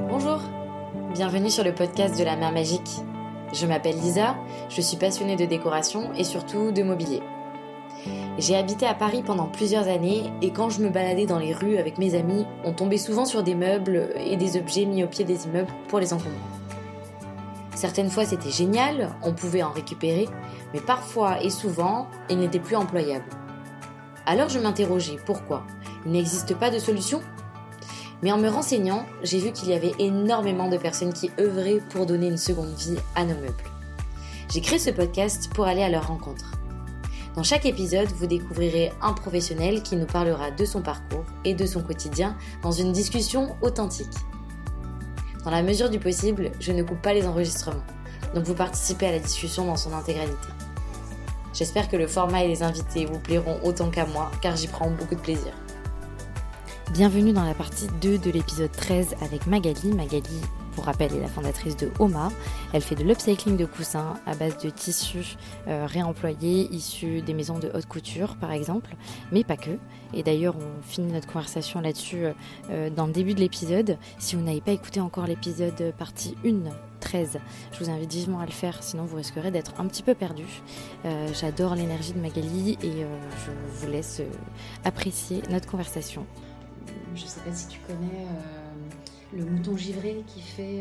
Bonjour, bienvenue sur le podcast de la mer magique. Je m'appelle Lisa, je suis passionnée de décoration et surtout de mobilier. J'ai habité à Paris pendant plusieurs années et quand je me baladais dans les rues avec mes amis, on tombait souvent sur des meubles et des objets mis au pied des immeubles pour les encombrer. Certaines fois c'était génial, on pouvait en récupérer, mais parfois et souvent, ils n'étaient plus employables. Alors je m'interrogeais, pourquoi ? Il n'existe pas de solution ? Mais en me renseignant, j'ai vu qu'il y avait énormément de personnes qui œuvraient pour donner une seconde vie à nos meubles. J'ai créé ce podcast pour aller à leur rencontre. Dans chaque épisode, vous découvrirez un professionnel qui nous parlera de son parcours et de son quotidien dans une discussion authentique. Dans la mesure du possible, je ne coupe pas les enregistrements, donc vous participez à la discussion dans son intégralité. J'espère que le format et les invités vous plairont autant qu'à moi, car j'y prends beaucoup de plaisir. Bienvenue dans la partie 2 de l'épisode 13 avec Magali. Magali, pour rappel, est la fondatrice de Oma. Elle fait de l'upcycling de coussins à base de tissus réemployés, issus des maisons de haute couture par exemple, mais pas que. Et d'ailleurs, on finit notre conversation là-dessus dans le début de l'épisode. Si vous n'avez pas écouté encore l'épisode partie 1, 13, je vous invite vivement à le faire, sinon vous risquerez d'être un petit peu perdu. J'adore l'énergie de Magali et je vous laisse apprécier notre conversation. Je ne sais pas si tu connais le mouton givré qui fait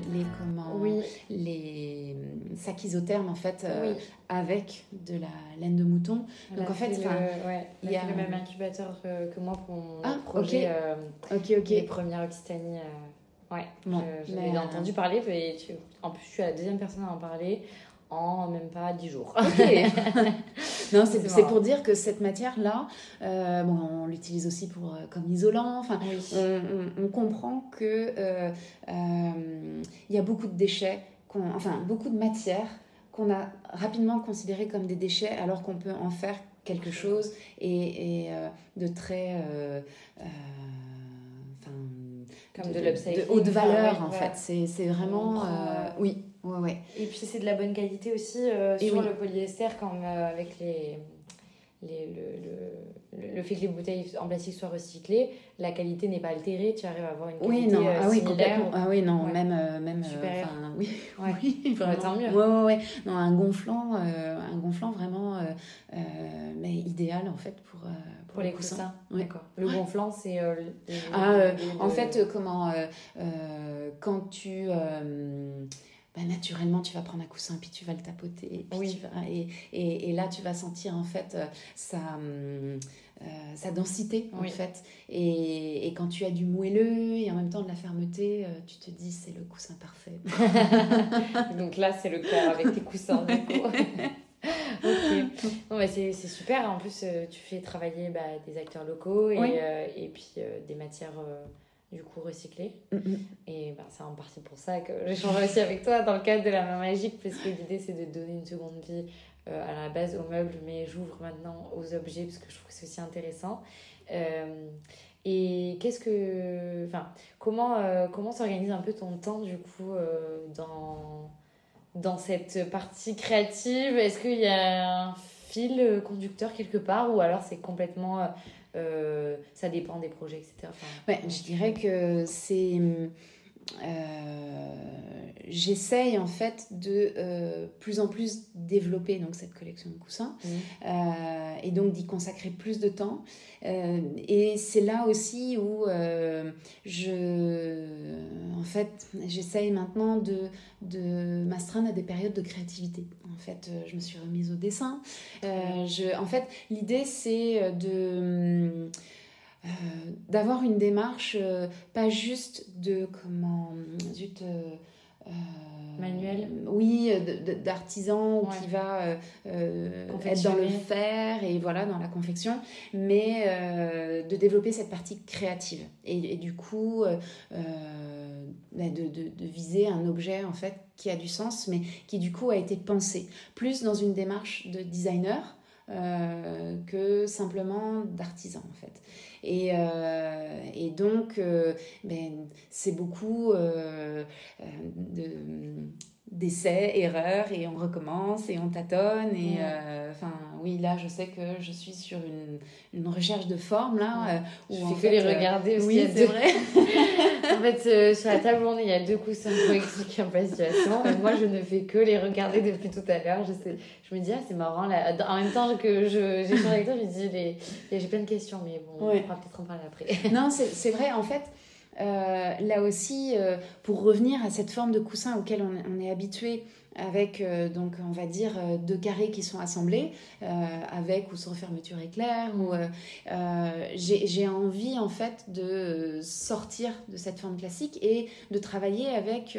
les sacs isothermes en fait avec de la laine de mouton. Donc en fait, il y a le même incubateur que moi pour mon projet les premières Occitanie. Je l'ai entendu parler et en plus je suis la deuxième personne à en parler en même pas 10 jours. Ok. Non, c'est pour dire que cette matière-là, on l'utilise aussi comme isolant. Enfin, on comprend que y a beaucoup de déchets, beaucoup de matières qu'on a rapidement considérées comme des déchets, alors qu'on peut en faire quelque chose et de très comme de l'upcycling, de haute valeur en fait. C'est vraiment oui. Ouais. Et puis c'est de la bonne qualité aussi sur le polyester comme avec le fait que les bouteilles en plastique soient recyclées, la qualité n'est pas altérée, tu arrives à avoir une qualité similaire. Même supérieur. Tant mieux. Non, un gonflant vraiment mais idéal en fait pour les coussins. D'accord. Le gonflant c'est quand tu naturellement, tu vas prendre un coussin puis tu vas le tapoter. Et là, tu vas sentir en fait sa densité en fait. Et quand tu as du moelleux et en même temps de la fermeté, tu te dis c'est le coussin parfait. Donc là, c'est le cas avec tes coussins du coup. Ok. Non, mais c'est super. En plus, tu fais travailler des acteurs locaux et puis des matières du coup recyclé. Et c'est en partie pour ça que j'échange aussi avec toi dans le cadre de la mer magique, parce que l'idée c'est de donner une seconde vie à la base aux meubles, mais j'ouvre maintenant aux objets parce que je trouve que c'est aussi intéressant. Et comment s'organise un peu ton temps du coup dans cette partie créative? Est-ce qu'il y a un fil conducteur quelque part, ou alors c'est complètement ça dépend des projets, etc. Je dirais que c'est j'essaye en fait de plus en plus développer donc cette collection de coussins et donc d'y consacrer plus de temps et c'est là aussi où j'essaye maintenant de m'astreindre à des périodes de créativité. En fait, je me suis remise au dessin. L'idée c'est d'avoir une démarche pas juste manuel, d'artisan qui va être dans le fer et dans la confection, mais de développer cette partie créative et du coup de viser un objet en fait qui a du sens, mais qui du coup a été pensé plus dans une démarche de designer que simplement d'artisan en fait. Et donc c'est beaucoup d'essais, erreurs, et on recommence et on tâtonne. Et oui, là, je sais que je suis sur une recherche de forme, là. Où je fais que les regarder aussi. Oui, c'est vrai. En fait, sur la table ronde, il y a 2 coussins pour expliquer un peu la situation. Et moi, je ne fais que les regarder depuis tout à l'heure. Je me dis, c'est marrant. Là. En même temps que j'échange avec toi, je me dis, j'ai plein de questions, mais bon, on pourra peut-être en parler après. Non, c'est vrai, en fait. Là aussi, pour revenir à cette forme de coussin auquel on est habitué, avec donc on va dire 2 carrés qui sont assemblés, avec ou sans fermeture éclair, j'ai envie en fait de sortir de cette forme classique et de travailler avec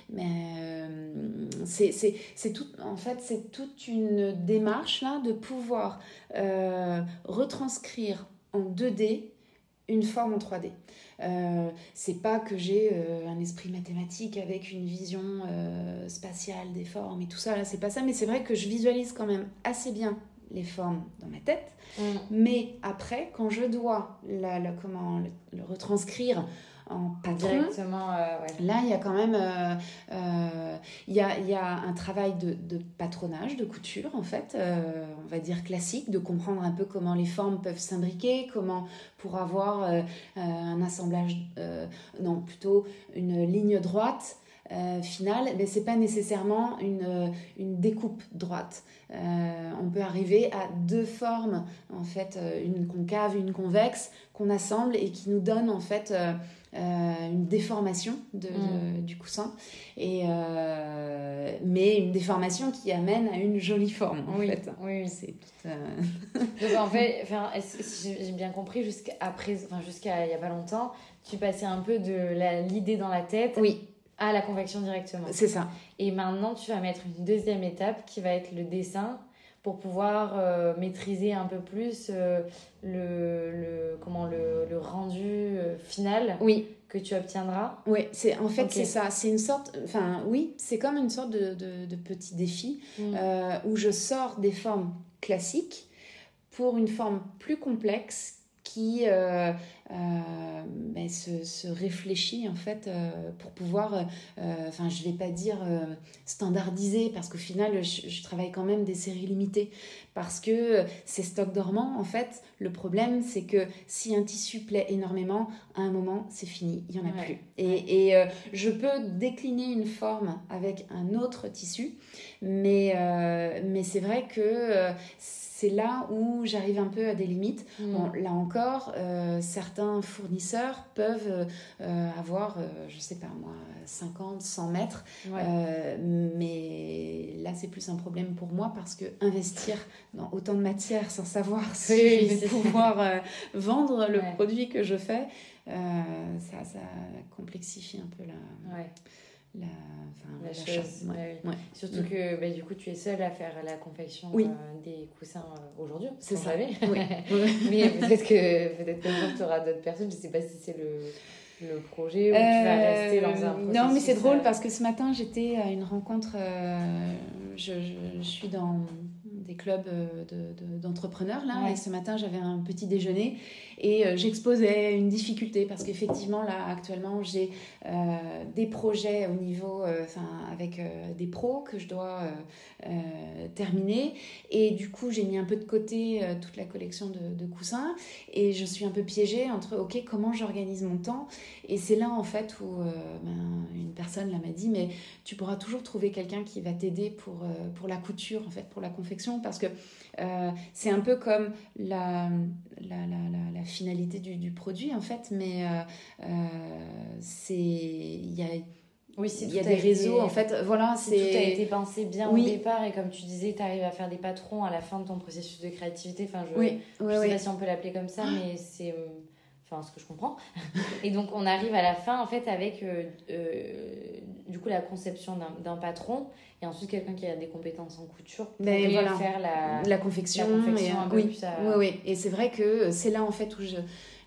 c'est tout, en fait c'est toute une démarche là de pouvoir retranscrire en 2D une forme en 3D. C'est pas que j'ai un esprit mathématique avec une vision spatiale des formes et tout ça, là c'est pas ça, mais c'est vrai que je visualise quand même assez bien les formes dans ma tête, mais après quand je dois le retranscrire en patron, directement, là il y a quand même il y a un travail de patronage, de couture en fait, on va dire classique, de comprendre un peu comment les formes peuvent s'imbriquer, comment pour avoir un assemblage, non plutôt une ligne droite finale, mais c'est pas nécessairement une découpe droite. On peut arriver à 2 formes en fait, une concave, une convexe qu'on assemble et qui nous donne en fait une déformation du coussin, mais une déformation qui amène à une jolie forme en fait. Oui. C'est tout, Donc en fait, si j'ai bien compris, jusqu'à il y a pas longtemps, tu passais un peu de l'idée dans la tête à la confection directement. C'est ça. Et maintenant, tu vas mettre une 2e étape qui va être le dessin pour pouvoir maîtriser un peu plus le rendu final que tu obtiendras. Oui, c'est ça. C'est une sorte... Enfin, oui, c'est comme une sorte de petit défi où je sors des formes classiques pour une forme plus complexe qui se réfléchit en fait pour pouvoir, je vais pas dire standardiser, parce qu'au final je travaille quand même des séries limitées, parce que ces stocks dormants en fait, le problème c'est que si un tissu plaît énormément, à un moment c'est fini, il y en a plus. Et je peux décliner une forme avec un autre tissu, mais c'est vrai que c'est là où j'arrive un peu à des limites. Bon, là encore, certains fournisseurs peuvent avoir, je sais pas moi, 50, 100 mètres. Mais là, c'est plus un problème pour moi, parce que investir dans autant de matière sans savoir si je vais pouvoir vendre le produit que je fais, ça complexifie un peu la chose. Surtout que du coup tu es seule à faire la confection des coussins aujourd'hui. C'est ça. Mais peut-être qu'un jour tu auras d'autres personnes. Je sais pas si c'est le projet ou tu vas rester dans un processus. Non, mais c'est drôle parce que ce matin j'étais à une rencontre. Je suis dans des clubs d'entrepreneurs là, et ce matin j'avais un petit déjeuner et j'exposais une difficulté, parce qu'effectivement là actuellement j'ai des projets au niveau avec des pros que je dois terminer, et du coup j'ai mis un peu de côté toute la collection de coussins, et je suis un peu piégée entre comment j'organise mon temps. Et c'est là en fait où une personne là m'a dit, mais tu pourras toujours trouver quelqu'un qui va t'aider pour la couture en fait, pour la confection, parce que c'est un peu comme la finalité du produit en fait, mais il y a des réseaux en fait, voilà, tout a été pensé bien au départ, et comme tu disais, tu arrives à faire des patrons à la fin de ton processus de créativité, je sais pas si on peut l'appeler comme ça, mais c'est ce que je comprends. Et donc on arrive à la fin en fait avec du coup la conception d'un patron, et ensuite quelqu'un qui a des compétences en couture pour faire la confection un peu plus oui, et c'est vrai que c'est là en fait où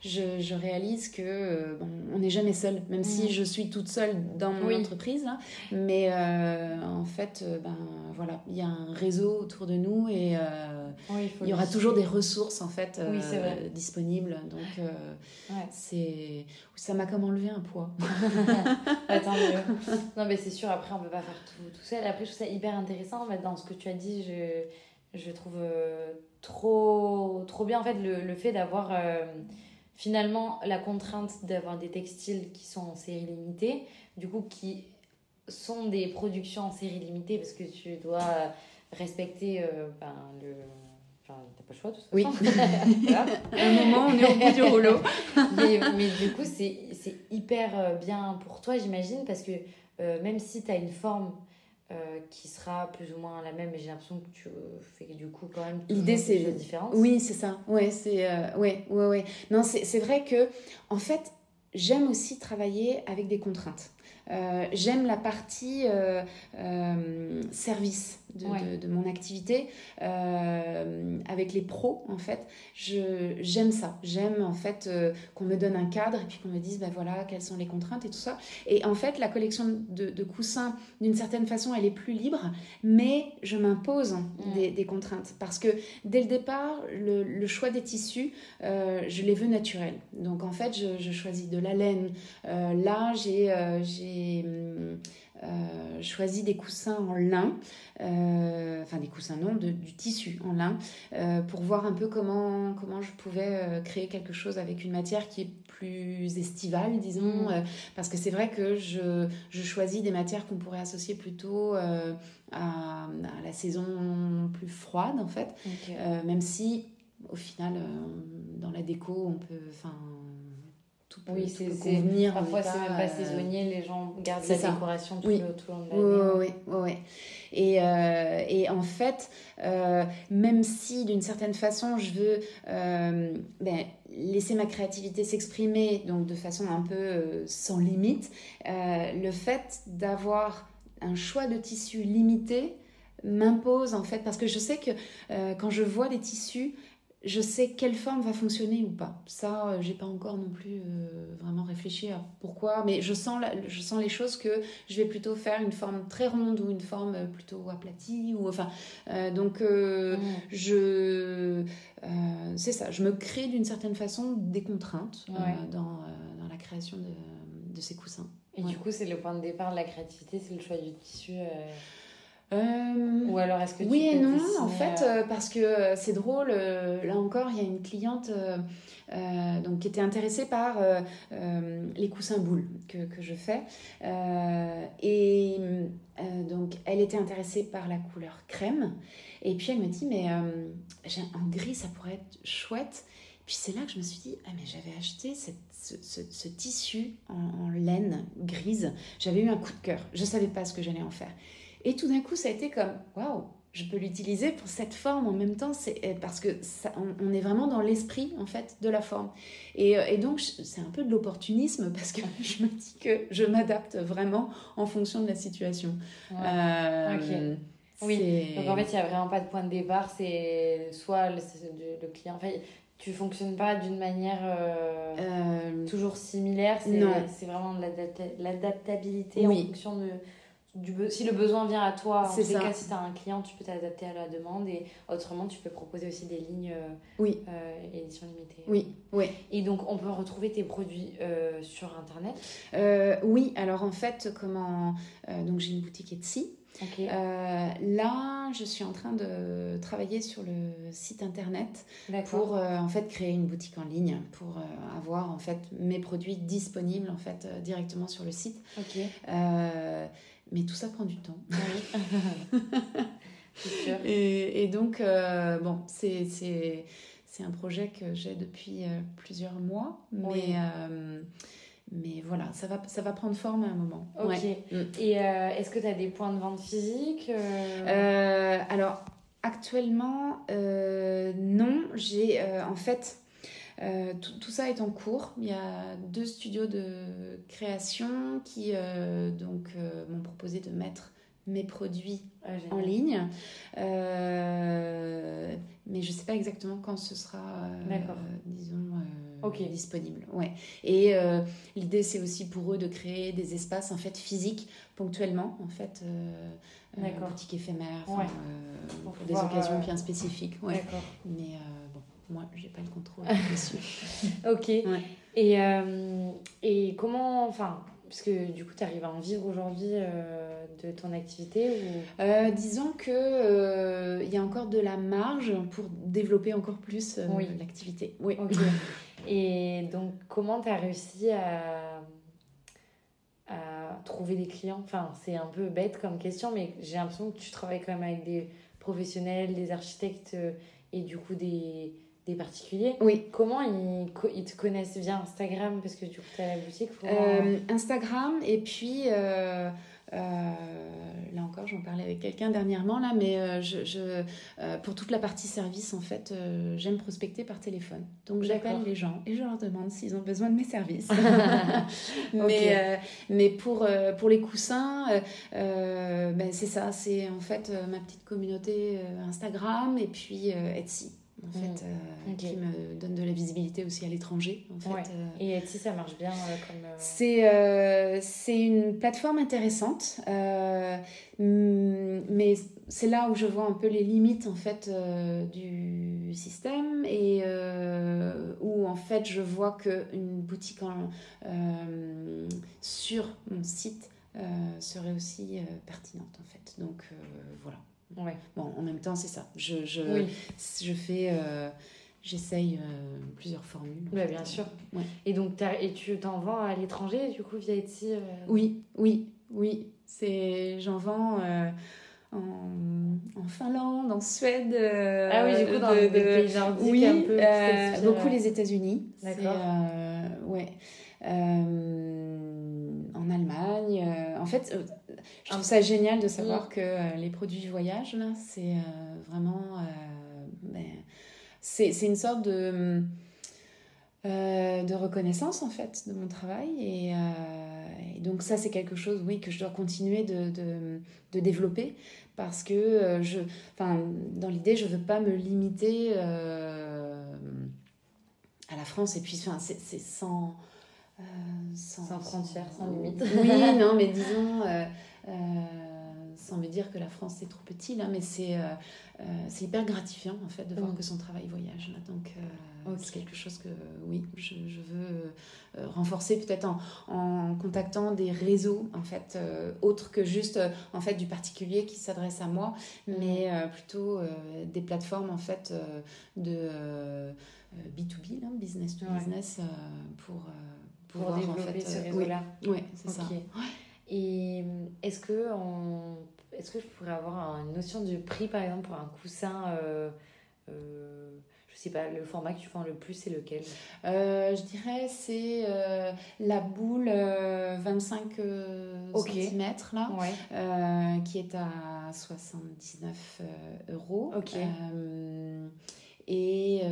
je réalise que on n'est jamais seul, même si je suis toute seule dans mon entreprise, là, mais en fait, voilà, il y a un réseau autour de nous et il y aura toujours des ressources en fait disponibles. Donc ça m'a comme enlevé un poids. Tant mieux. Non mais c'est sûr, après on peut pas faire tout seul. Après je trouve ça hyper intéressant dans ce que tu as dit. Je trouve trop bien en fait le fait d'avoir finalement la contrainte d'avoir des textiles qui sont en série limitée, du coup qui sont des productions en série limitée parce que tu dois respecter Enfin, t'as pas le choix, tout ça. Oui. Voilà. À un moment, on est au bout du rouleau. mais du coup, c'est hyper bien pour toi, j'imagine, parce que même si t'as une forme qui sera plus ou moins la même, mais j'ai l'impression que tu fais du coup quand même l'idée c'est des différences. Oui, c'est ça. Ouais, c'est ouais. Non, c'est vrai que en fait, j'aime aussi travailler avec des contraintes. J'aime la partie service de mon activité avec les pros en fait. J'aime ça, j'aime en fait qu'on me donne un cadre et puis qu'on me dise voilà quelles sont les contraintes et tout ça. Et en fait la collection de coussins d'une certaine façon elle est plus libre, mais je m'impose des contraintes parce que dès le départ le choix des tissus je les veux naturels. Donc en fait je choisis de la laine. Là j'ai choisi des coussins en lin, enfin des coussins non, du tissu en lin, pour voir un peu comment je pouvais créer quelque chose avec une matière qui est plus estivale, disons, parce que c'est vrai que je choisis des matières qu'on pourrait associer plutôt à la saison plus froide en fait, même si au final dans la déco on peut... Tout peut convenir. Parfois, c'est même pas saisonnier, les gens gardent la décoration tout le long de l'année. Oui. Et en fait, même si d'une certaine façon, je veux laisser ma créativité s'exprimer donc de façon un peu sans limite, le fait d'avoir un choix de tissu limité m'impose en fait, parce que je sais que quand je vois des tissus, je sais quelle forme va fonctionner ou pas. Ça, j'ai pas encore non plus vraiment réfléchi à pourquoi, mais je sens les choses que je vais plutôt faire une forme très ronde ou une forme plutôt aplatie ou enfin. Donc c'est ça. Je me crée d'une certaine façon des contraintes dans la création de ces coussins. Et du coup, c'est le point de départ de la créativité, c'est le choix du tissu. Ou alors est-ce que oui et non en fait parce que c'est drôle, là encore il y a une cliente donc qui était intéressée par les coussins boules que je fais et donc elle était intéressée par la couleur crème et puis elle me dit mais en gris ça pourrait être chouette. Puis c'est là que je me suis dit mais j'avais acheté ce tissu en laine grise, j'avais eu un coup de cœur, je savais pas ce que j'allais en faire. Et tout d'un coup, ça a été comme, waouh, je peux l'utiliser pour cette forme en même temps, parce que on est vraiment dans l'esprit en fait de la forme. Et donc, c'est un peu de l'opportunisme parce que je me dis que je m'adapte vraiment en fonction de la situation. Oui, donc en fait, il n'y a vraiment pas de point de départ, c'est soit le client... Enfin, tu fonctionnes pas d'une manière toujours similaire, c'est vraiment de l'adaptabilité en fonction de... si le besoin vient à toi, en tous les cas, si tu as un client, tu peux t'adapter à la demande et autrement, tu peux proposer aussi des lignes édition limitée. Oui. Et donc, on peut retrouver tes produits sur Internet oui, alors en fait, donc j'ai une boutique Etsy. Okay. Là, je suis en train de travailler sur le site internet pour en fait créer une boutique en ligne pour avoir en fait mes produits disponibles en fait directement sur le site. Mais tout ça prend du temps. Oui. C'est sûr. Et donc c'est un projet que j'ai depuis plusieurs mois, mais voilà, ça va prendre forme à un moment. Ok. Et est-ce que tu as des points de vente physiques Alors, actuellement, non. J'ai en fait... tout ça est en cours. Il y a 2 studios de création qui m'ont proposé de mettre mes produits en ligne. Mais je ne sais pas exactement quand ce sera, disons, disponible. Ouais. Et l'idée, c'est aussi pour eux de créer des espaces en fait, physiques, ponctuellement, en fait, boutiques éphémères, pour des occasions bien spécifiques. Ouais. D'accord. Mais moi, je n'ai pas le contrôle dessus. Ok. Ouais. Et comment... Parce que du coup, tu arrives à en vivre aujourd'hui de ton activité ou... Disons qu'il y a encore de la marge pour développer encore plus l'activité. Oui. Okay. Et donc, comment tu as réussi à trouver des clients? C'est un peu bête comme question, mais j'ai l'impression que tu travailles quand même avec des professionnels, des architectes et du coup des particuliers. Oui. Comment ils te connaissent via Instagram? Parce que du coup, tu as la boutique. Instagram, et puis là encore, j'en parlais avec quelqu'un dernièrement, là, mais pour toute la partie service, en fait, j'aime prospecter par téléphone. Donc, j'appelle les gens et je leur demande s'ils ont besoin de mes services. Mais pour les coussins, c'est ça, c'est en fait ma petite communauté Instagram et puis Etsy. En fait, qui me donne de la visibilité aussi à l'étranger. En fait. Et Etsy, ça marche bien comme... C'est une plateforme intéressante, mais c'est là où je vois un peu les limites en fait, du système et où en fait je vois qu'une boutique sur mon site serait aussi pertinente en fait. Donc voilà. Ouais. Bon, en même temps, c'est ça. Je fais... j'essaye plusieurs formules. Bah, bien sûr. Ouais. Et donc, tu t'en vends à l'étranger, du coup, via Etsy Oui. J'en vends en Finlande, en Suède. Ah oui, du coup, dans des pays nordiques un peu. Beaucoup les États-Unis. D'accord. En Allemagne. En fait, je trouve ça génial de savoir que les produits voyage, là, c'est vraiment... c'est une sorte de reconnaissance, en fait, de mon travail. Et donc ça, c'est quelque chose, oui, que je dois continuer de développer. Parce que, dans l'idée, je ne veux pas me limiter à la France. Et puis, c'est sans frontières, sans limite. Oui, non, mais disons, sans me dire que la France c'est trop petit, là, mais c'est hyper gratifiant en fait de voir que son travail voyage. Là, donc, c'est quelque chose que, oui, je veux renforcer peut-être en contactant des réseaux en fait, autres que juste en fait, du particulier qui s'adresse à moi, mais plutôt des plateformes en fait, de B2B, là, business to business, pour développer en fait, ce réseau-là. Oui, c'est ça. Ouais. Et est-ce que je pourrais avoir une notion du prix, par exemple, pour un coussin je sais pas, le format que tu vends le plus, c'est lequel? Je dirais c'est la boule 25 cm, là, qui est à 79 €. Ok. Et...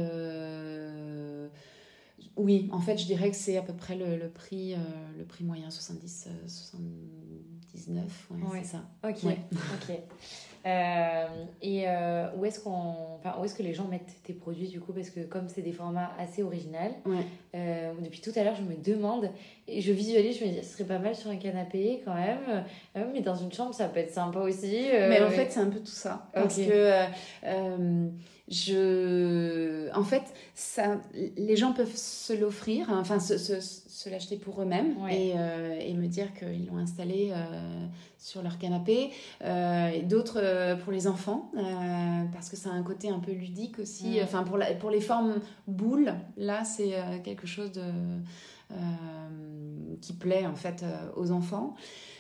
oui, en fait, je dirais que c'est à peu près le prix moyen, 79, c'est ça. Ok, ok. Et où est-ce que les gens mettent tes produits, du coup? Parce que comme c'est des formats assez originaux, depuis tout à l'heure, je me demande, et je visualise, je me dis, ce serait pas mal sur un canapé quand même, mais dans une chambre, ça peut être sympa aussi. Mais en fait, c'est un peu tout ça. Parce que... en fait, les gens peuvent se l'offrir, enfin se l'acheter pour eux-mêmes et me dire qu'ils l'ont installé sur leur canapé. Et d'autres pour les enfants, parce que ça a un côté un peu ludique aussi. Enfin, pour les formes boules, là, c'est quelque chose qui plaît en fait aux enfants.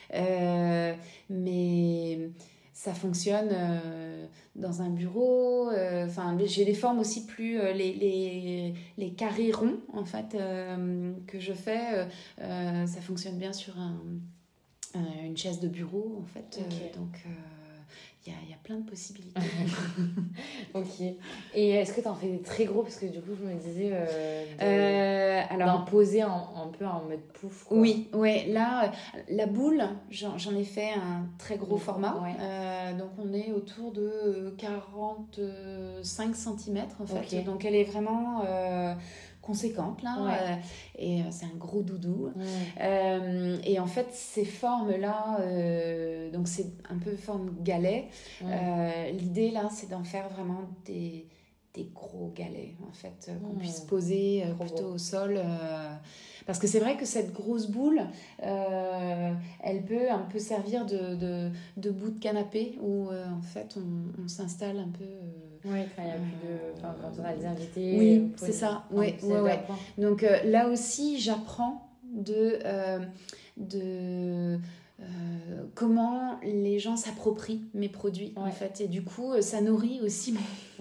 Mais... ça fonctionne dans un bureau. J'ai des formes aussi plus... les carrés ronds, en fait, que je fais. Ça fonctionne bien sur une chaise de bureau, en fait. Okay. Donc, il y a plein de possibilités. Ok. Et est-ce que tu en fais des très gros? Parce que du coup, je me disais Alors, d'en poser un peu en mode pouf, quoi. Oui, ouais, là, la boule, j'en ai fait un très gros format. Ouais. Donc, on est autour de 45 cm en fait. Ok. Donc, elle est vraiment conséquente là. Ouais. Et c'est un gros doudou. Mm. Et en fait, ces formes-là, donc c'est un peu forme galet. L'idée là, c'est d'en faire vraiment des gros galets en fait, qu'on puisse poser plutôt au sol. Parce que c'est vrai que cette grosse boule, elle peut un peu servir de bout de canapé où en fait on s'installe un peu. Oui, quand il y a plus de. Enfin, quand on a des invités. Oui, c'est ça. Ouais. Donc là aussi, j'apprends comment les gens s'approprient mes produits en fait, et du coup ça nourrit aussi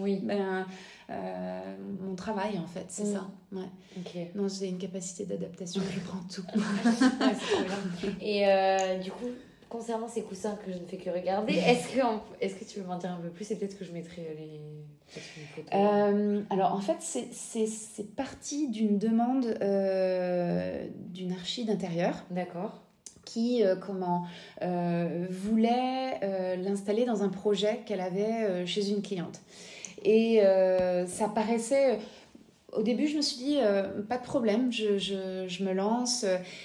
mon travail en fait, c'est ça. Ouais. Okay. Non, j'ai une capacité d'adaptation, je prends tout. Ouais, c'est trop bien. Et du coup, concernant ces coussins que je ne fais que regarder, est-ce que tu veux m'en dire un peu plus, et peut-être que je mettrai une photo. Alors en fait, c'est parti d'une demande d'une archi d'intérieur. D'accord. Qui voulait l'installer dans un projet qu'elle avait chez une cliente. Et ça paraissait... Au début, je me suis dit, pas de problème, je me lance.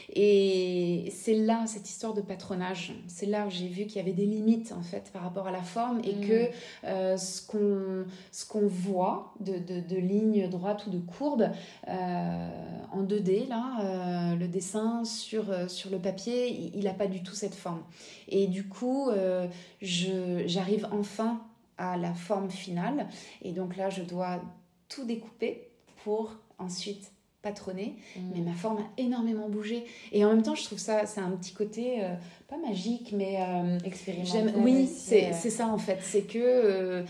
Et c'est là, cette histoire de patronage, c'est là où j'ai vu qu'il y avait des limites, en fait, par rapport à la forme, et que ce qu'on voit de lignes droites ou de courbes, en 2D, là, le dessin sur le papier, il n'a pas du tout cette forme. Et du coup, j'arrive enfin à la forme finale. Et donc là, je dois tout découper pour ensuite patronner, mais ma forme a énormément bougé, et en même temps je trouve ça, c'est un petit côté pas magique mais expérimental. Oui, c'est ça en fait, c'est que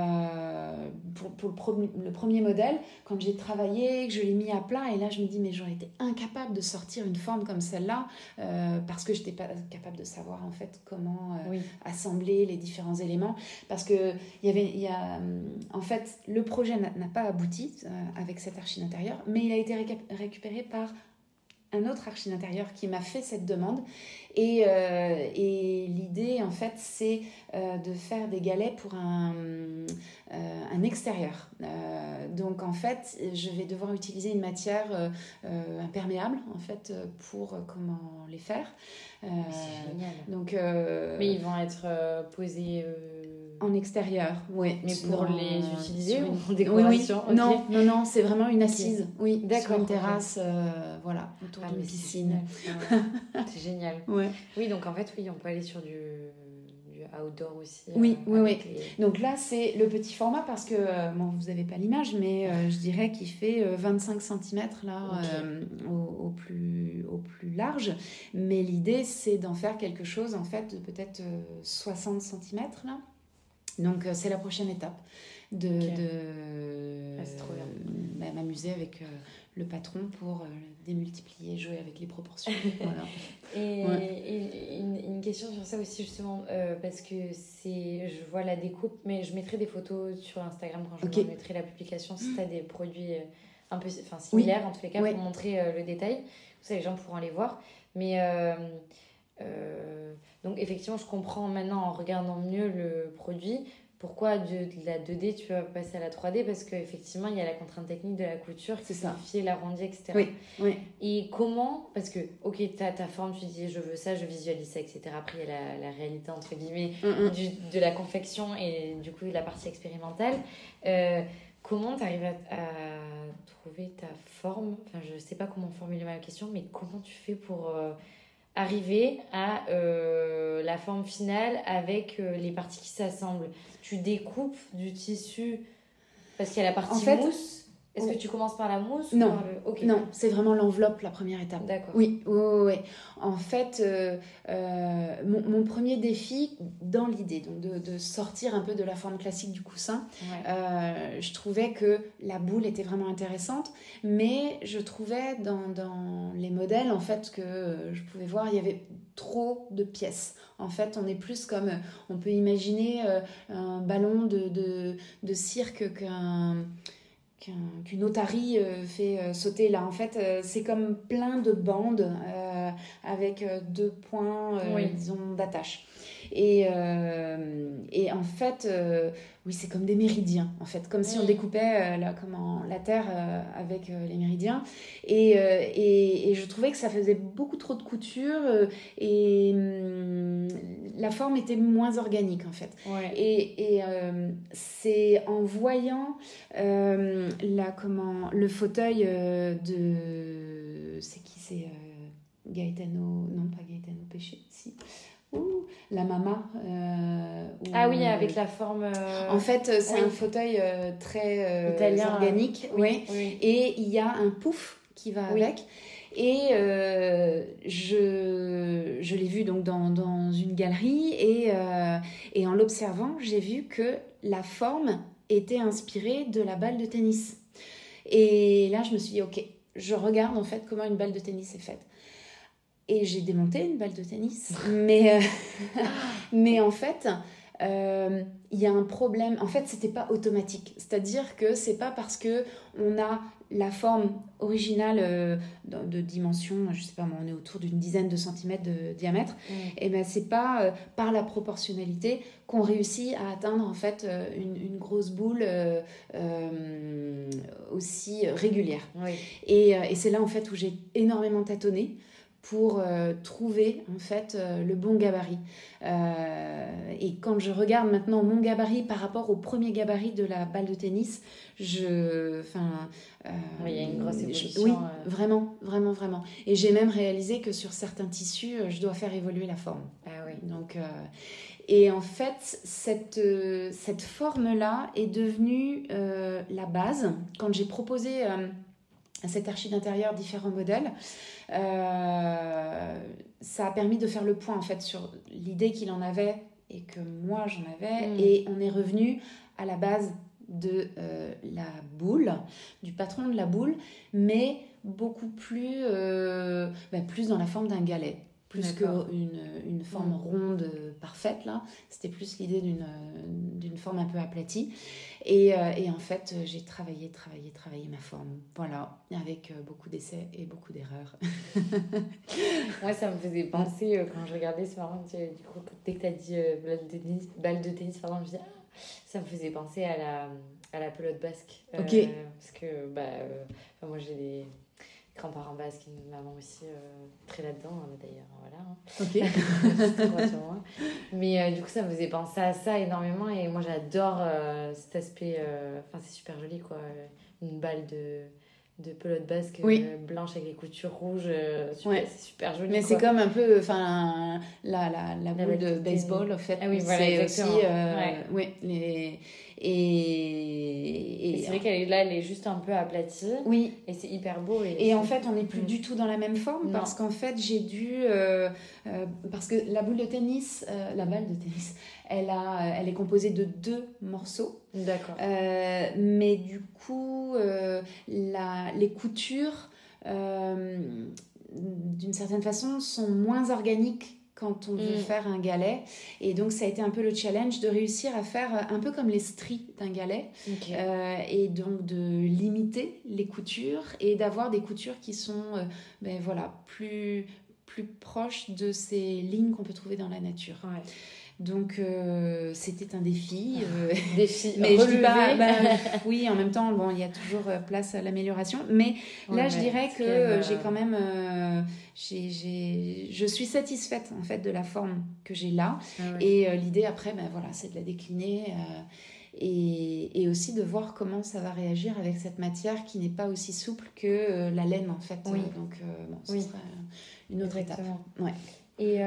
pour le premier modèle, quand j'ai travaillé, que je l'ai mis à plat, et là je me dis mais j'aurais été incapable de sortir une forme comme celle-là, parce que je n'étais pas capable de savoir en fait comment assembler les différents éléments, parce que en fait le projet n'a pas abouti avec cette archi d'intérieur, mais il a été récupéré par un autre archi d'intérieur qui m'a fait cette demande, et l'idée en fait c'est de faire des galets pour un extérieur, donc en fait je vais devoir utiliser une matière imperméable en fait pour comment les faire. C'est génial. Donc, mais ils vont être posés en extérieur, oui. Mais pour les utiliser en décoration? Oui. Okay. Non, c'est vraiment une assise. Okay. Oui, d'accord, sur une terrasse, voilà, autour d'une piscine. C'est génial. Ouais. Oui, donc en fait, on peut aller sur du outdoor aussi. Oui. Donc là, c'est le petit format, parce que, vous n'avez pas l'image, mais je dirais qu'il fait 25 cm là, au plus large. Mais l'idée, c'est d'en faire quelque chose, en fait, de peut-être 60 cm là. Donc c'est la prochaine étape de m'amuser avec le patron pour démultiplier, jouer avec les proportions. Voilà. Et une question sur ça aussi justement, parce que je vois la découpe, mais je mettrai des photos sur Instagram quand je mettrai la publication, si tu as des produits un peu similaires en tous les cas, pour montrer le détail, comme ça les gens pourront les voir. Mais donc effectivement je comprends maintenant en regardant mieux le produit pourquoi de la 2D tu vas passer à la 3D, parce qu'effectivement il y a la contrainte technique de la couture qui fait l'arrondi, etc. Oui. Et comment, parce que t'as ta forme, tu dis je veux ça, je visualise ça, etc. Après il y a la réalité entre guillemets de la confection et du coup la partie expérimentale. Comment tu arrives à trouver ta forme? Enfin, je sais pas comment formuler ma question, mais comment tu fais pour arriver à la forme finale avec les parties qui s'assemblent? Tu découpes du tissu parce qu'il y a la partie mousse. Est-ce que tu commences par la mousse? Non, ou par le... Non, c'est vraiment l'enveloppe, la première étape. D'accord. Oui. En fait, mon premier défi dans l'idée, donc de sortir un peu de la forme classique du coussin, je trouvais que la boule était vraiment intéressante, mais je trouvais dans les modèles en fait que je pouvais voir, il y avait trop de pièces. En fait, on est plus comme, on peut imaginer un ballon de cirque qu'une otarie fait sauter. Là, en fait, c'est comme plein de bandes avec 2 points, disons, d'attache. Et en fait, oui, c'est comme des méridiens, en fait, comme si on découpait la Terre avec les méridiens. Et je trouvais que ça faisait beaucoup trop de couture et la forme était moins organique, en fait. Ouais. Et c'est en voyant le fauteuil de... C'est qui c'est Gaetano... Non, pas Gaetano Péché, si... la Mama. Ah oui, avec la forme... En fait, c'est un fauteuil très italien, organique. Oui. Et il y a un pouf qui va avec. Et je l'ai vu donc dans une galerie. Et en l'observant, j'ai vu que la forme était inspirée de la balle de tennis. Et là, je me suis dit, ok, je regarde en fait comment une balle de tennis est faite. Et j'ai démonté une balle de tennis. Mais en fait, il y a un problème. En fait, c'était pas automatique. C'est-à-dire que c'est pas parce que on a la forme originale de dimension, je sais pas moi, on est autour d'une dizaine de centimètres de diamètre, et ben c'est pas par la proportionnalité qu'on réussit à atteindre en fait une grosse boule aussi régulière. Et c'est là en fait où j'ai énormément tâtonné pour trouver en fait le bon gabarit. Et quand je regarde maintenant mon gabarit par rapport au premier gabarit de la balle de tennis, il y a une grosse évolution. Oui, vraiment. Et j'ai même réalisé que sur certains tissus, je dois faire évoluer la forme. Ah oui. Donc, et en fait, cette forme-là est devenue la base. Quand j'ai proposé à cet archi d'intérieur différents modèles, ça a permis de faire le point en fait sur l'idée qu'il en avait et que moi j'en avais, et on est revenu à la base de la boule, du patron de la boule, mais beaucoup plus dans la forme d'un galet, plus qu'une forme ronde parfaite là. C'était plus l'idée d'une forme un peu aplatie. Et en fait, j'ai travaillé ma forme. Voilà, avec beaucoup d'essais et beaucoup d'erreurs. Moi, ça me faisait penser, quand je regardais, c'est marrant, du coup, dès que tu as dit balle de tennis, pardon, je me disais, ça me faisait penser à la pelote basque. Ok. Parce que, moi, j'ai des grands-parents basques, une maman aussi très là-dedans, d'ailleurs, voilà. Ok. Mais du coup, ça me faisait penser à ça énormément, et moi, j'adore cet aspect, c'est super joli, quoi. Une balle de pelote basque blanche avec les coutures rouges, c'est super joli. Mais c'est comme un peu la boule de baseball, en fait. Ah oui, voilà, c'est exactement. aussi et c'est vrai qu'elle est juste un peu aplatie. Oui. Et c'est hyper beau. Et en fait, on n'est plus du tout dans la même forme. Non. Parce qu'en fait, j'ai dû... parce que la boule de tennis, la balle de tennis, elle est composée de 2 morceaux. D'accord. Mais du coup, les coutures, d'une certaine façon, sont moins organiques quand on veut faire un galet. Et donc, ça a été un peu le challenge de réussir à faire un peu comme les stries d'un galet. Okay. Et donc, de limiter les coutures et d'avoir des coutures qui sont plus proches de ces lignes qu'on peut trouver dans la nature. Ouais. Donc, c'était un défi. Défi mais je dis pas... oui, en même temps, il y a toujours place à l'amélioration. Mais là, je dirais que j'ai quand même... je suis satisfaite, en fait, de la forme que j'ai là. Et l'idée, après, c'est de la décliner et aussi de voir comment ça va réagir avec cette matière qui n'est pas aussi souple que la laine, en fait. Oui. Donc, ce serait une autre étape. Ouais. Et...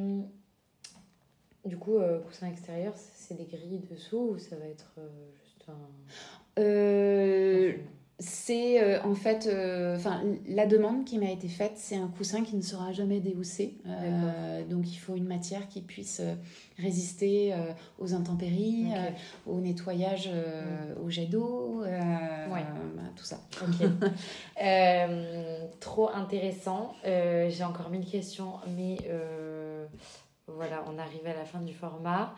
du coup, coussin extérieur, c'est des grilles dessous ou ça va être juste un... c'est en fait, la demande qui m'a été faite, c'est un coussin qui ne sera jamais déhoussé. Donc il faut une matière qui puisse résister aux intempéries, au nettoyage, au jet d'eau, tout ça. Trop intéressant. J'ai encore 1000 questions, mais voilà, on arrive à la fin du format.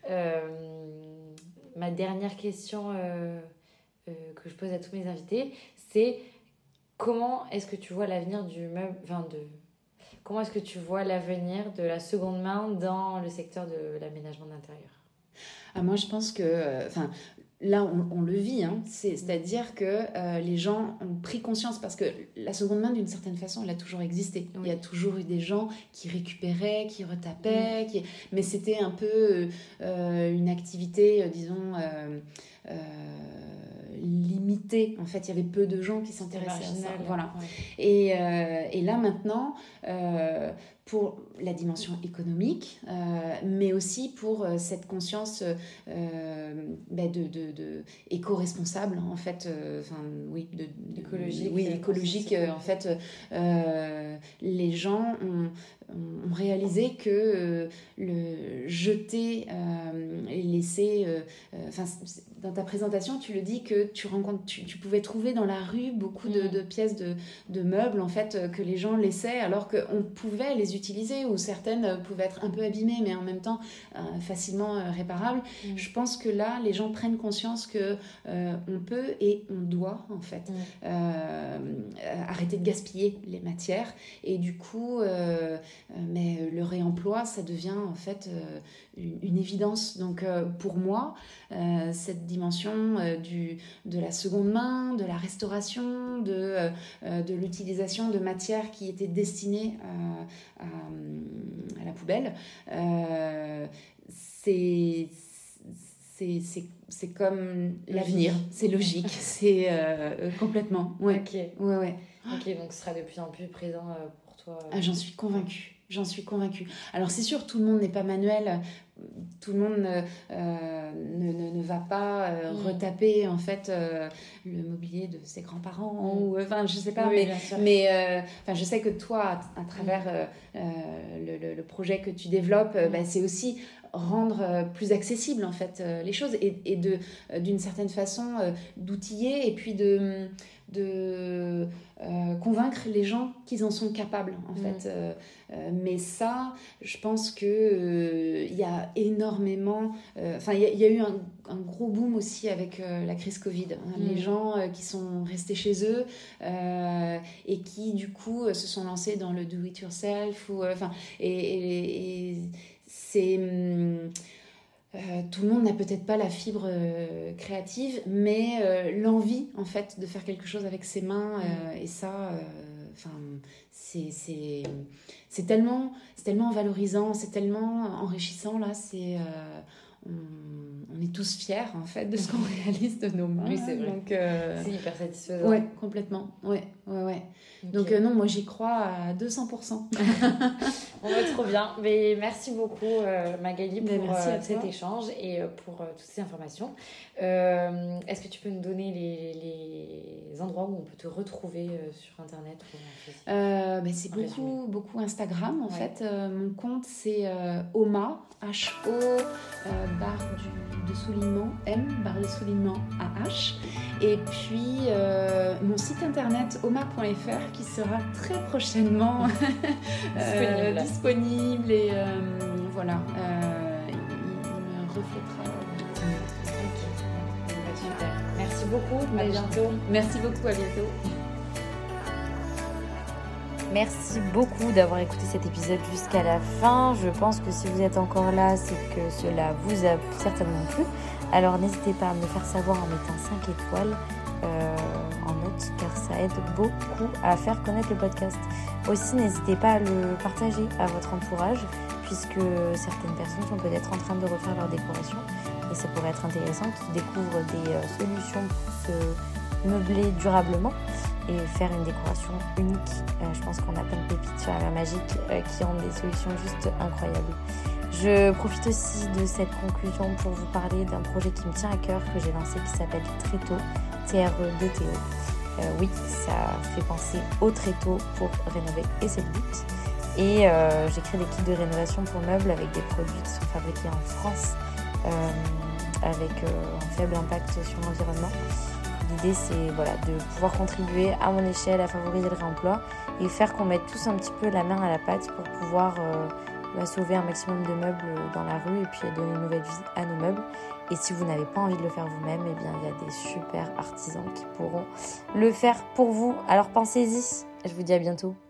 Ma dernière question que je pose à tous mes invités, c'est comment est-ce que tu vois l'avenir du meuble, comment est-ce que tu vois l'avenir de la seconde main dans le secteur de l'aménagement d'intérieur? Moi, je pense que, là, on le vit, hein. C'est-à-dire que les gens ont pris conscience, parce que la seconde main, d'une certaine façon, elle a toujours existé. Il y a toujours eu des gens qui récupéraient, qui retapaient, mais c'était un peu une activité, disons, limitée. En fait, il y avait peu de gens qui s'intéressaient à ça. Voilà. Et là, maintenant, pour la dimension économique, mais aussi pour cette conscience de éco-responsable, en fait, écologique, en fait, les gens ont réalisé que le jeter et laisser... dans ta présentation, tu le dis que tu pouvais trouver dans la rue beaucoup de pièces de meubles, en fait, que les gens laissaient, alors qu'on pouvait les utiliser, ou certaines pouvaient être un peu abîmées, mais en même temps facilement réparables. Je pense que là, les gens prennent conscience que on peut et on doit, en fait, arrêter de gaspiller les matières, et du coup, mais le réemploi, ça devient en fait une évidence. Donc pour moi, cette dimension de la seconde main, de la restauration, de l'utilisation de matières qui étaient destinées à la poubelle, c'est comme l'avenir, c'est logique, c'est complètement. Ok, donc ce sera de plus en plus présent pour toi. J'en suis convaincue. Alors c'est sûr, tout le monde n'est pas manuel, tout le monde ne va pas retaper en fait le mobilier de ses grands-parents, ou je sais pas, mais je sais que toi, à travers le projet que tu développes, c'est aussi rendre plus accessible en fait les choses, et d'une certaine façon d'outiller, et puis de convaincre les gens qu'ils en sont capables, en fait. Mais ça, je pense que il y a énormément... il y a eu un gros boom aussi avec la crise Covid. Les gens qui sont restés chez eux et qui, du coup, se sont lancés dans le do-it-yourself. Et c'est... tout le monde n'a peut-être pas la fibre créative, mais l'envie, en fait, de faire quelque chose avec ses mains, et ça, c'est tellement valorisant, c'est tellement enrichissant, là, on est tous fiers, en fait, de ce qu'on réalise de nos mains. Oui, c'est vrai. Donc, c'est hyper satisfaisant. Ouais, complètement. Ouais. Okay. Donc non, moi j'y crois à 200%. On va trop bien. Mais merci beaucoup Magali pour cet échange et pour toutes ces informations. Est-ce que tu peux nous donner les endroits où on peut te retrouver sur Internet ou c'est beaucoup Instagram, en fait. Mon compte, c'est Oma, H-O, barre de soulignement M, barre de soulignement AH. Et puis mon site internet oma.fr, qui sera très prochainement disponible, et voilà, il me reflètera. Super. Merci beaucoup, à bientôt. Merci beaucoup, à bientôt. Merci beaucoup d'avoir écouté cet épisode jusqu'à la fin. Je pense que si vous êtes encore là, c'est que cela vous a certainement plu. Alors n'hésitez pas à me le faire savoir en mettant 5 étoiles en note, car ça aide beaucoup à faire connaître le podcast. Aussi, n'hésitez pas à le partager à votre entourage, puisque certaines personnes sont peut-être en train de refaire leur décoration, et ça pourrait être intéressant qu'ils découvrent des solutions pour se meubler durablement et faire une décoration unique. Je pense qu'on a plein de pépites sur la Mer Magique qui ont des solutions juste incroyables. Je profite aussi de cette conclusion pour vous parler d'un projet qui me tient à cœur, que j'ai lancé, qui s'appelle Treto, TRE2TO. Oui, ça fait penser au tréteau pour rénover et c'est le but. Et j'ai créé des kits de rénovation pour meubles avec des produits qui sont fabriqués en France avec un faible impact sur l'environnement. L'idée, c'est de pouvoir contribuer à mon échelle à favoriser le réemploi et faire qu'on mette tous un petit peu la main à la pâte pour pouvoir sauver un maximum de meubles dans la rue et puis donner une nouvelle vie à nos meubles. Et si vous n'avez pas envie de le faire vous-même, eh bien, il y a des super artisans qui pourront le faire pour vous. Alors pensez-y. Je vous dis à bientôt.